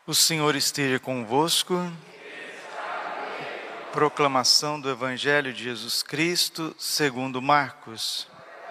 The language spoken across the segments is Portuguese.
O Senhor esteja convosco. Proclamação do Evangelho de Jesus Cristo, segundo Marcos.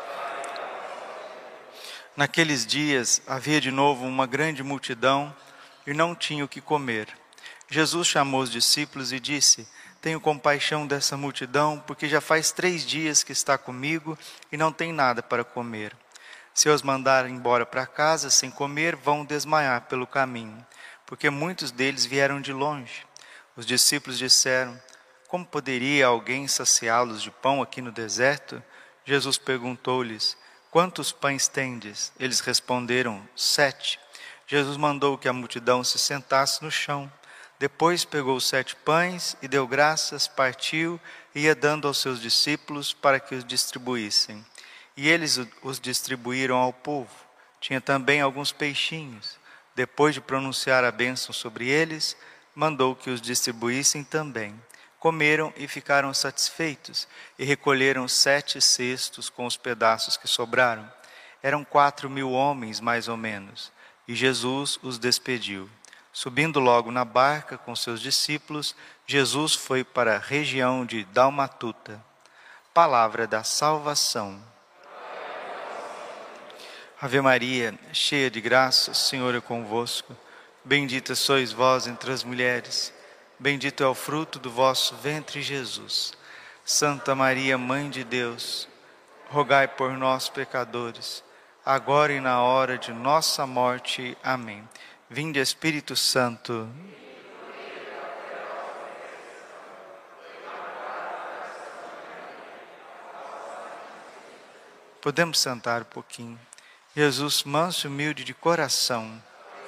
Naqueles dias havia de novo uma grande multidão e não tinha o que comer. Jesus chamou os discípulos e disse: Tenho compaixão dessa multidão, porque já faz 3 dias que está comigo e não tem nada para comer. Se eu os mandar embora para casa sem comer, vão desmaiar pelo caminho, porque muitos deles vieram de longe. Os discípulos disseram: Como poderia alguém saciá-los de pão aqui no deserto? Jesus perguntou-lhes: Quantos pães tendes? Eles responderam: 7. Jesus mandou que a multidão se sentasse no chão. Depois pegou os 7 pães e deu graças, partiu e ia dando aos seus discípulos para que os distribuíssem. E eles os distribuíram ao povo. Tinha também alguns peixinhos. Depois de pronunciar a bênção sobre eles, mandou que os distribuíssem também. Comeram e ficaram satisfeitos, e recolheram 7 cestos com os pedaços que sobraram. Eram 4.000 homens, mais ou menos, e Jesus os despediu. Subindo logo na barca com seus discípulos, Jesus foi para a região de Dalmatuta. Palavra da salvação. Ave Maria, cheia de graça, o Senhor é convosco. Bendita sois vós entre as mulheres. Bendito é o fruto do vosso ventre, Jesus. Santa Maria, Mãe de Deus, rogai por nós, pecadores, agora e na hora de nossa morte. Amém. Vinde, Espírito Santo. Podemos sentar um pouquinho. Jesus, manso e humilde de coração.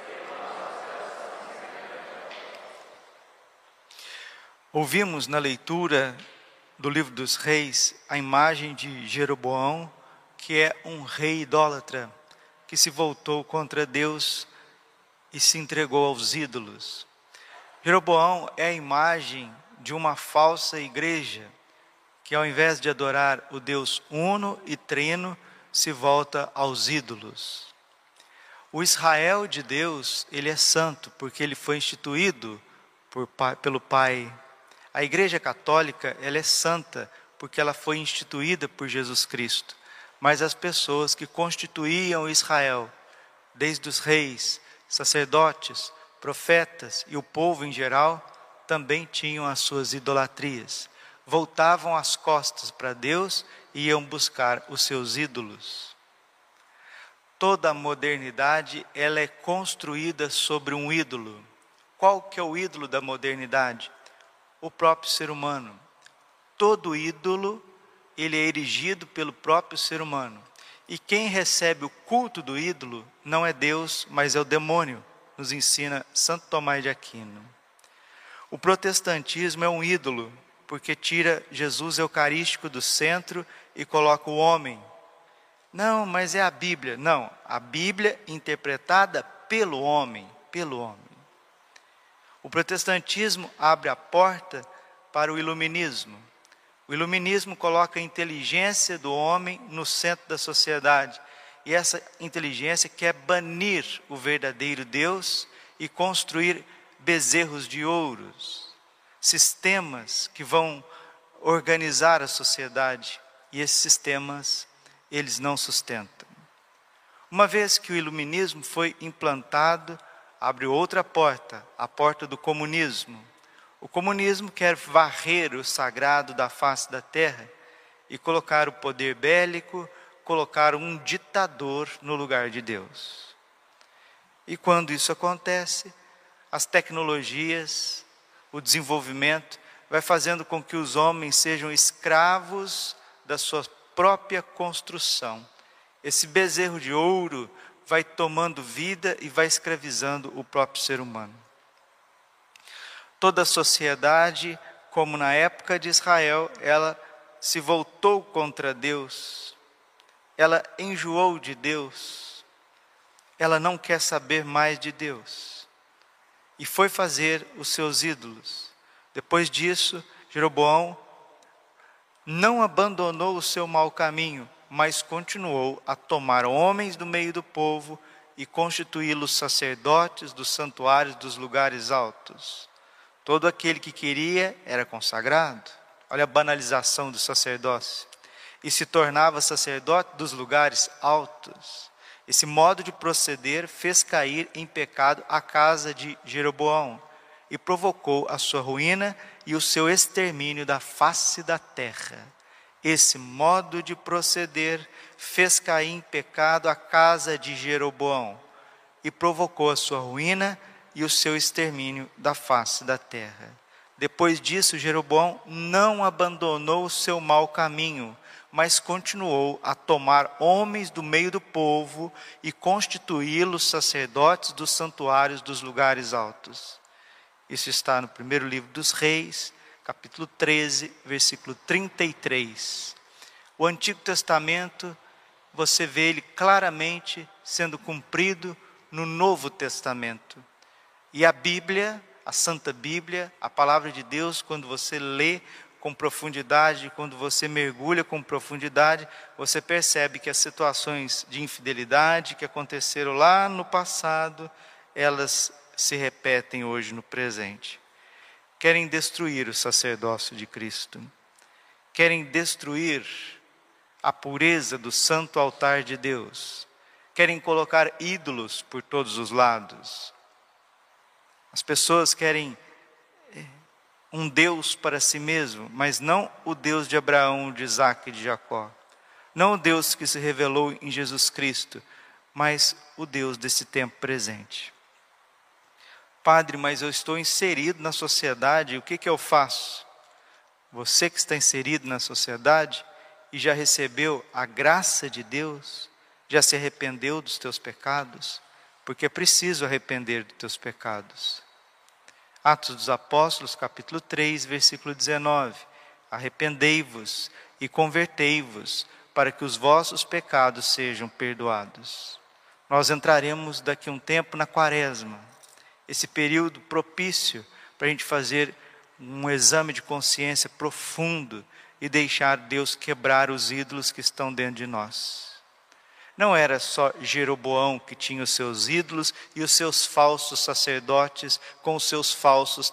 Ouvimos na leitura do livro dos reis a imagem de Jeroboão, que é um rei idólatra, que se voltou contra Deus e se entregou aos ídolos. Jeroboão é a imagem de uma falsa igreja, que ao invés de adorar o Deus uno e trino, se volta aos ídolos. O Israel de Deus, ele é santo, porque ele foi instituído pelo Pai. A Igreja Católica, ela é santa, porque ela foi instituída por Jesus Cristo. Mas as pessoas que constituíam Israel, desde os reis, sacerdotes, profetas e o povo em geral, também tinham as suas idolatrias. Voltavam as costas para Deus e iam buscar os seus ídolos. Toda a modernidade, ela é construída sobre um ídolo. Qual que é o ídolo da modernidade? O próprio ser humano. Todo ídolo, ele é erigido pelo próprio ser humano. E quem recebe o culto do ídolo não é Deus, mas é o demônio, nos ensina Santo Tomás de Aquino. O protestantismo é um ídolo, porque tira Jesus eucarístico do centro e coloca o homem. Não, mas é a Bíblia. Não, a Bíblia interpretada pelo homem, pelo homem. O protestantismo abre a porta para o iluminismo. O iluminismo coloca a inteligência do homem no centro da sociedade. E essa inteligência quer banir o verdadeiro Deus e construir bezerros de ouros, sistemas que vão organizar a sociedade. E esses sistemas, eles não sustentam. Uma vez que o iluminismo foi implantado, abre outra porta, a porta do comunismo. O comunismo quer varrer o sagrado da face da terra e colocar o poder bélico, colocar um ditador no lugar de Deus. E quando isso acontece, as tecnologias, o desenvolvimento, vai fazendo com que os homens sejam escravos da sua própria construção. Esse bezerro de ouro vai tomando vida e vai escravizando o próprio ser humano. Toda a sociedade, como na época de Israel, ela se voltou contra Deus, ela enjoou de Deus, ela não quer saber mais de Deus, e foi fazer os seus ídolos. Depois disso, Jeroboão não abandonou o seu mau caminho, mas continuou a tomar homens do meio do povo e constituí-los sacerdotes dos santuários dos lugares altos. Todo aquele que queria era consagrado. Olha a banalização do sacerdócio. E se tornava sacerdote dos lugares altos. Esse modo de proceder fez cair em pecado a casa de Jeroboão e provocou a sua ruína e o seu extermínio da face da terra. Esse modo de proceder fez cair em pecado a casa de Jeroboão e provocou a sua ruína e o seu extermínio da face da terra. Depois disso, Jeroboão não abandonou o seu mau caminho, mas continuou a tomar homens do meio do povo e constituí-los sacerdotes dos santuários dos lugares altos. Isso está no primeiro livro dos Reis, capítulo 13, versículo 33. O Antigo Testamento, você vê ele claramente sendo cumprido no Novo Testamento. E a Bíblia, a Santa Bíblia, a Palavra de Deus, quando você lê com profundidade, quando você mergulha com profundidade, você percebe que as situações de infidelidade que aconteceram lá no passado, elas se repetem hoje no presente. Querem destruir o sacerdócio de Cristo. Querem destruir a pureza do santo altar de Deus. Querem colocar ídolos por todos os lados. As pessoas querem um Deus para si mesmo, mas não o Deus de Abraão, de Isaac e de Jacó. Não o Deus que se revelou em Jesus Cristo, mas o Deus desse tempo presente. Padre, mas eu estou inserido na sociedade, o que eu faço? Você que está inserido na sociedade e já recebeu a graça de Deus, já se arrependeu dos teus pecados, porque é preciso arrepender dos teus pecados. Atos dos Apóstolos, capítulo 3, versículo 19. Arrependei-vos e convertei-vos, para que os vossos pecados sejam perdoados. Nós entraremos daqui a um tempo na Quaresma, esse período propício para a gente fazer um exame de consciência profundo e deixar Deus quebrar os ídolos que estão dentro de nós. Não era só Jeroboão que tinha os seus ídolos e os seus falsos sacerdotes com os seus falsos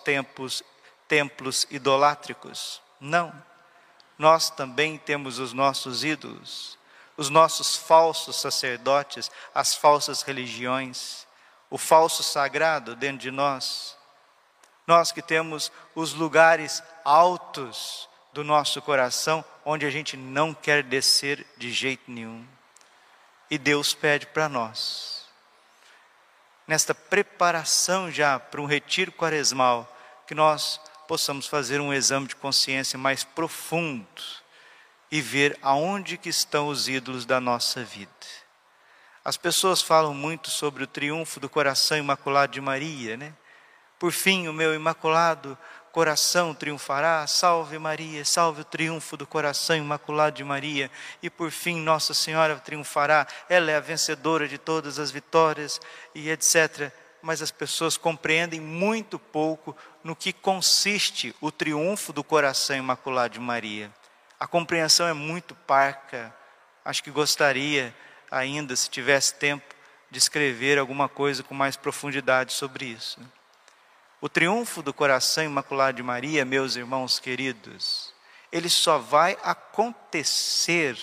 templos idolátricos. Não. Nós também temos os nossos ídolos, os nossos falsos sacerdotes, as falsas religiões, o falso sagrado dentro de nós. Nós que temos os lugares altos do nosso coração, onde a gente não quer descer de jeito nenhum. E Deus pede para nós, nesta preparação já para um retiro quaresmal, que nós possamos fazer um exame de consciência mais profundo e ver aonde que estão os ídolos da nossa vida. As pessoas falam muito sobre o triunfo do coração imaculado de Maria, né? Por fim, o meu imaculado coração triunfará, salve Maria, salve o triunfo do coração imaculado de Maria. E por fim, Nossa Senhora triunfará, ela é a vencedora de todas as vitórias e etc. Mas as pessoas compreendem muito pouco no que consiste o triunfo do coração imaculado de Maria. A compreensão é muito parca. Acho que gostaria ainda, se tivesse tempo, de escrever alguma coisa com mais profundidade sobre isso. O triunfo do coração imaculado de Maria, meus irmãos queridos, ele só vai acontecer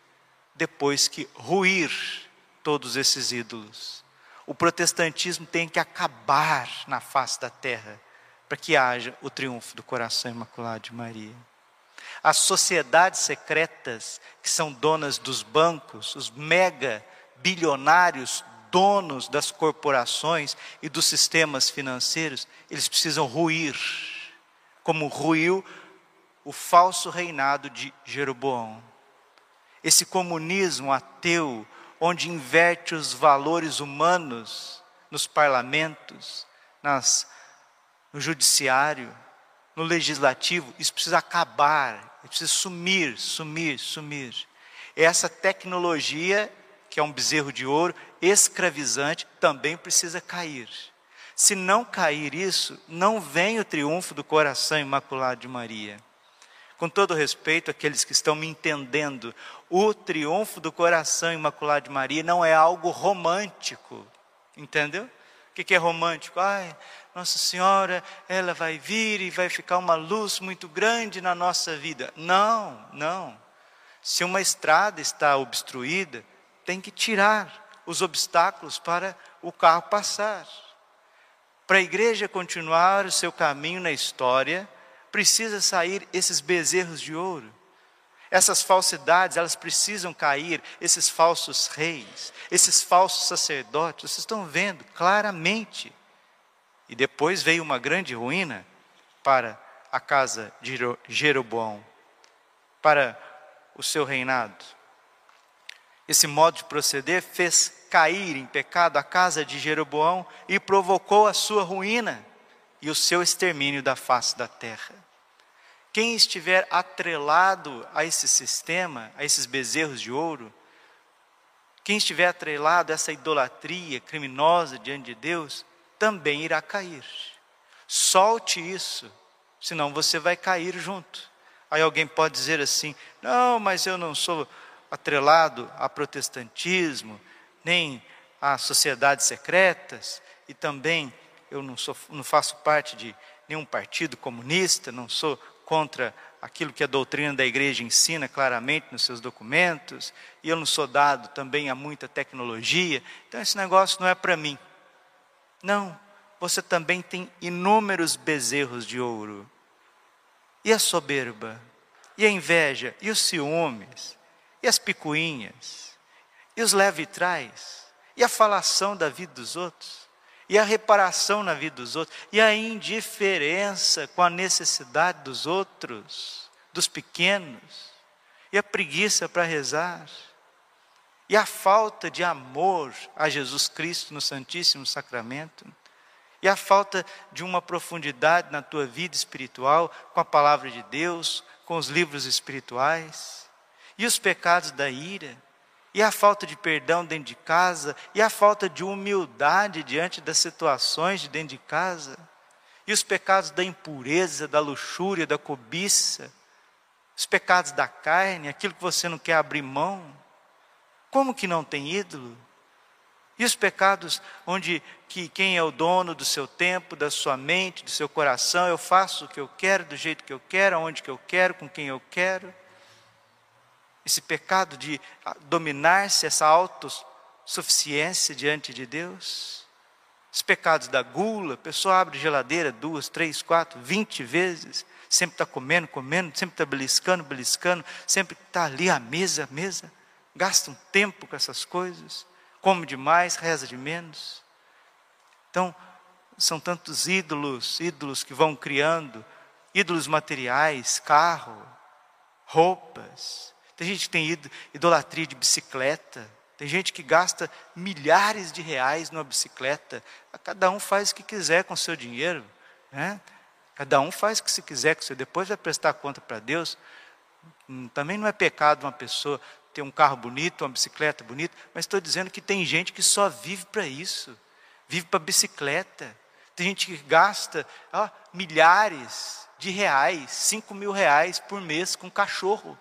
depois que ruir todos esses ídolos. O protestantismo tem que acabar na face da terra para que haja o triunfo do coração imaculado de Maria. As sociedades secretas que são donas dos bancos, os mega bilionários donos das corporações e dos sistemas financeiros, eles precisam ruir, como ruiu o falso reinado de Jeroboão. Esse comunismo ateu, onde inverte os valores humanos nos parlamentos, no judiciário, no legislativo, isso precisa acabar, precisa sumir. Essa tecnologia, que é um bezerro de ouro, escravizante, também precisa cair. Se não cair isso, não vem o triunfo do coração imaculado de Maria. Com todo respeito àqueles que estão me entendendo, o triunfo do coração imaculado de Maria não é algo romântico. Entendeu? O que é romântico? Ai, Nossa Senhora, ela vai vir e vai ficar uma luz muito grande na nossa vida. Não, não. Se uma estrada está obstruída, tem que tirar os obstáculos para o carro passar. Para a igreja continuar o seu caminho na história, precisa sair esses bezerros de ouro. Essas falsidades, elas precisam cair, esses falsos reis, esses falsos sacerdotes, vocês estão vendo claramente. E depois veio uma grande ruína para a casa de Jeroboão, para o seu reinado. Esse modo de proceder fez cair em pecado a casa de Jeroboão e provocou a sua ruína e o seu extermínio da face da terra. Quem estiver atrelado a esse sistema, a esses bezerros de ouro, quem estiver atrelado a essa idolatria criminosa diante de Deus, também irá cair. Solte isso, senão você vai cair junto. Aí alguém pode dizer assim, não, mas eu não sou atrelado a protestantismo, nem a sociedades secretas, e também eu não faço parte de nenhum partido comunista, não sou contra aquilo que a doutrina da igreja ensina claramente nos seus documentos, e eu não sou dado também a muita tecnologia, então esse negócio não é para mim. Não, você também tem inúmeros bezerros de ouro. E a soberba, e a inveja, e os ciúmes, e as picuinhas, e os leva e traz, e a falação da vida dos outros, e a reparação na vida dos outros, e a indiferença com a necessidade dos outros, dos pequenos, e a preguiça para rezar, e a falta de amor a Jesus Cristo no Santíssimo Sacramento, e a falta de uma profundidade na tua vida espiritual, com a palavra de Deus, com os livros espirituais, e os pecados da ira, e a falta de perdão dentro de casa, e a falta de humildade diante das situações de dentro de casa, e os pecados da impureza, da luxúria, da cobiça, os pecados da carne, aquilo que você não quer abrir mão. Como que não tem ídolo? E os pecados onde quem é o dono do seu tempo, da sua mente, do seu coração, eu faço o que eu quero, do jeito que eu quero, aonde que eu quero, com quem eu quero. Esse pecado de dominar-se, essa autossuficiência diante de Deus. Os pecados da gula, a pessoa abre geladeira 2, 3, 4, 20 vezes, sempre está comendo, sempre está beliscando, sempre está ali à mesa, gasta um tempo com essas coisas, come demais, reza de menos. Então, são tantos ídolos que vão criando, ídolos materiais, carro, roupas. Tem gente que tem idolatria de bicicleta, tem gente que gasta milhares de reais numa bicicleta. Cada um faz o que quiser com o seu dinheiro, né? Cada um faz o que se quiser com o seu, depois vai prestar conta para Deus. Também não é pecado uma pessoa ter um carro bonito, uma bicicleta bonita, mas estou dizendo que tem gente que só vive para isso, vive para bicicleta. Tem gente que gasta milhares de reais, 5 mil reais por mês com cachorro.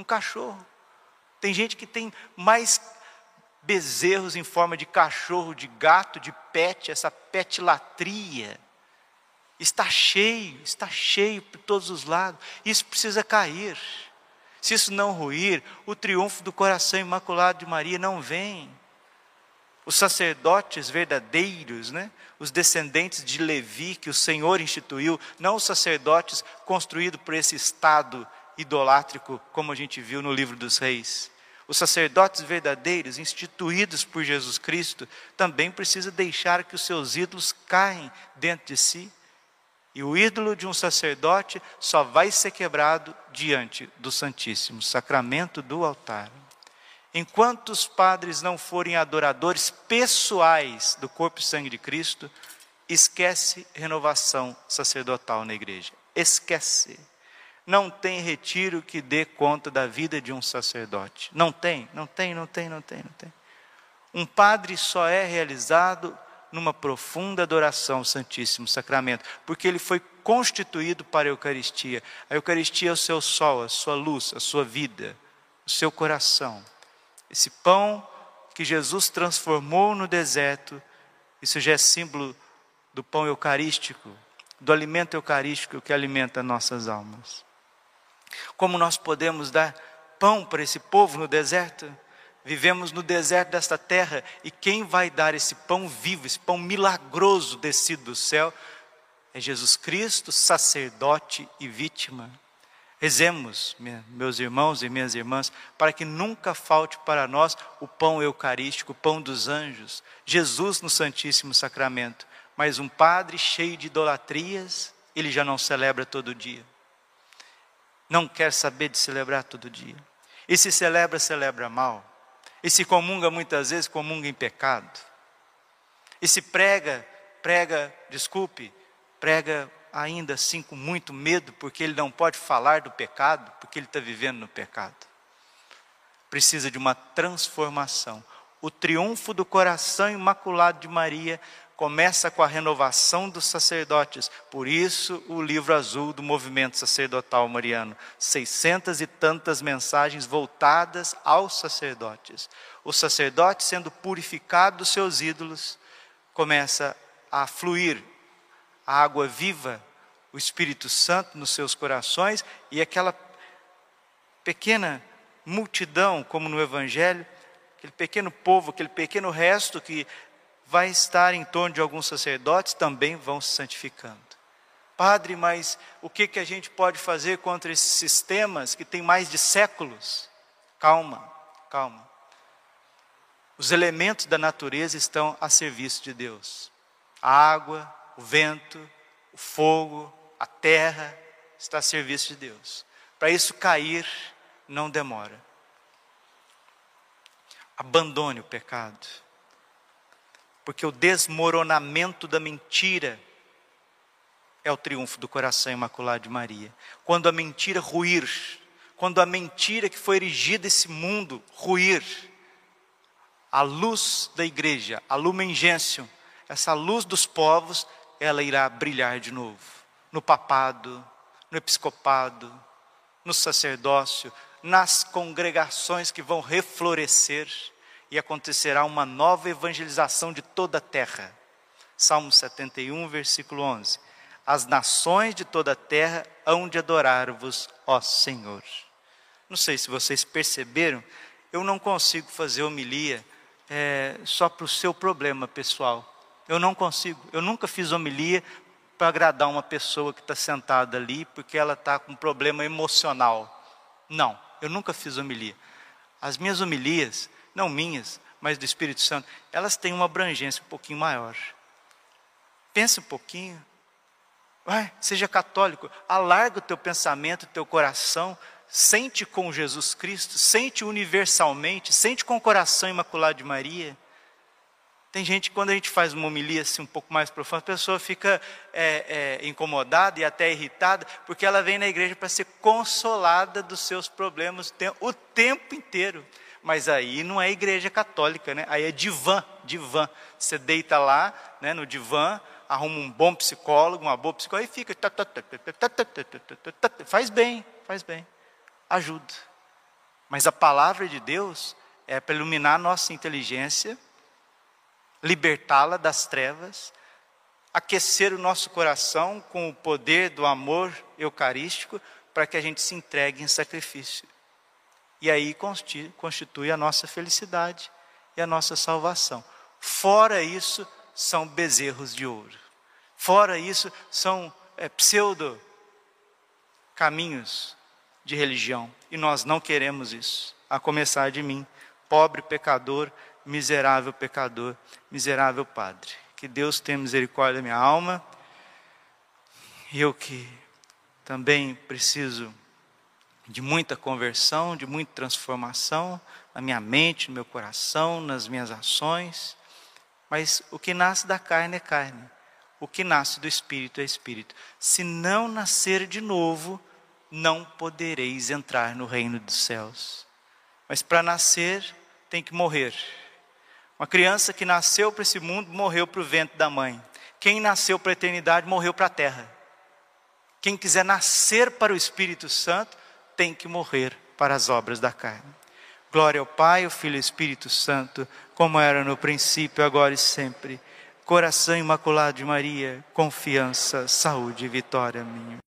Tem gente que tem mais bezerros em forma de cachorro, de gato, de pet, essa petlatria. Está cheio por todos os lados. Isso precisa cair. Se isso não ruir, o triunfo do coração imaculado de Maria não vem. Os sacerdotes verdadeiros, né? Os descendentes de Levi que o Senhor instituiu, não os sacerdotes construídos por esse Estado idolátrico, como a gente viu no livro dos Reis. Os sacerdotes verdadeiros, instituídos por Jesus Cristo, também precisam deixar que os seus ídolos caem dentro de si. E o ídolo de um sacerdote só vai ser quebrado diante do Santíssimo Sacramento do altar. Enquanto os padres não forem adoradores pessoais do corpo e sangue de Cristo, esquece renovação sacerdotal na igreja. Esquece. Não tem retiro que dê conta da vida de um sacerdote. Não tem. Um padre só é realizado numa profunda adoração ao Santíssimo Sacramento, porque ele foi constituído para a Eucaristia. A Eucaristia é o seu sol, a sua luz, a sua vida, o seu coração. Esse pão que Jesus transformou no deserto Isso já é símbolo do pão eucarístico, do alimento eucarístico que alimenta nossas almas. Como nós podemos dar pão para esse povo no deserto? Vivemos no deserto desta terra, e quem vai dar esse pão vivo, esse pão milagroso descido do céu, é Jesus Cristo, sacerdote e vítima. Rezemos, meus irmãos e minhas irmãs, para que nunca falte para nós o pão eucarístico, o pão dos anjos, Jesus no Santíssimo Sacramento. Mas um padre cheio de idolatrias, ele já não celebra todo dia. Não quer saber de celebrar todo dia. E se celebra, celebra mal. E se comunga muitas vezes, comunga em pecado. E se prega ainda assim com muito medo, porque ele não pode falar do pecado, porque ele está vivendo no pecado. Precisa de uma transformação. O triunfo do coração imaculado de Maria começa com a renovação dos sacerdotes. Por isso o livro azul do movimento sacerdotal mariano. 600 e tantas mensagens voltadas aos sacerdotes. O sacerdote, sendo purificado dos seus ídolos, começa a fluir a água viva, o Espírito Santo nos seus corações, e aquela pequena multidão, como no Evangelho, aquele pequeno povo, aquele pequeno resto que vai estar em torno de alguns sacerdotes, também vão se santificando. Padre, mas o que a gente pode fazer contra esses sistemas que têm mais de séculos? Calma. Os elementos da natureza estão a serviço de Deus. A água, o vento, o fogo, a terra, está a serviço de Deus. Para isso cair, não demora. Abandone o pecado. Porque o desmoronamento da mentira é o triunfo do coração imaculado de Maria. Quando a mentira ruir, quando a mentira que foi erigida esse mundo ruir, a luz da igreja, a Lumen Gentium, essa luz dos povos, ela irá brilhar de novo. No papado, no episcopado, no sacerdócio, nas congregações que vão reflorescer, e acontecerá uma nova evangelização de toda a terra. Salmo 71, versículo 11. As nações de toda a terra hão de adorar-vos, ó Senhor. Não sei se vocês perceberam, eu não consigo fazer homilia só para o seu problema pessoal. Eu não consigo. Eu nunca fiz homilia para agradar uma pessoa que está sentada ali, porque ela está com um problema emocional. Não, eu nunca fiz homilia. As minhas homilias, não minhas, mas do Espírito Santo, elas têm uma abrangência um pouquinho maior. Pense um pouquinho. Seja católico, alarga o teu pensamento, o teu coração, sente com Jesus Cristo, sente universalmente, sente com o coração imaculado de Maria. Tem gente, quando a gente faz uma homilia assim, um pouco mais profunda, a pessoa fica incomodada e até irritada, porque ela vem na igreja para ser consolada dos seus problemas o tempo inteiro. Mas aí não é igreja católica, né? Aí é divã. Você deita lá, né, no divã, arruma um bom psicólogo, uma boa psicóloga, e fica. Faz bem, ajuda. Mas a palavra de Deus é para iluminar a nossa inteligência, libertá-la das trevas, aquecer o nosso coração com o poder do amor eucarístico, para que a gente se entregue em sacrifício. E aí constitui a nossa felicidade e a nossa salvação. Fora isso, são bezerros de ouro. Fora isso, são pseudo caminhos de religião. E nós não queremos isso. A começar de mim, pobre pecador, miserável pecador, miserável padre. Que Deus tenha misericórdia da minha alma. E eu que também preciso de muita conversão, de muita transformação na minha mente, no meu coração, nas minhas ações. Mas o que nasce da carne é carne. O que nasce do Espírito é Espírito. Se não nascer de novo, não podereis entrar no reino dos céus. Mas para nascer, tem que morrer. Uma criança que nasceu para esse mundo, morreu para o ventre da mãe. Quem nasceu para a eternidade, morreu para a terra. Quem quiser nascer para o Espírito Santo, tem que morrer para as obras da carne. Glória ao Pai, ao Filho e ao Espírito Santo, como era no princípio, agora e sempre. Coração Imaculado de Maria, confiança, saúde e vitória minha.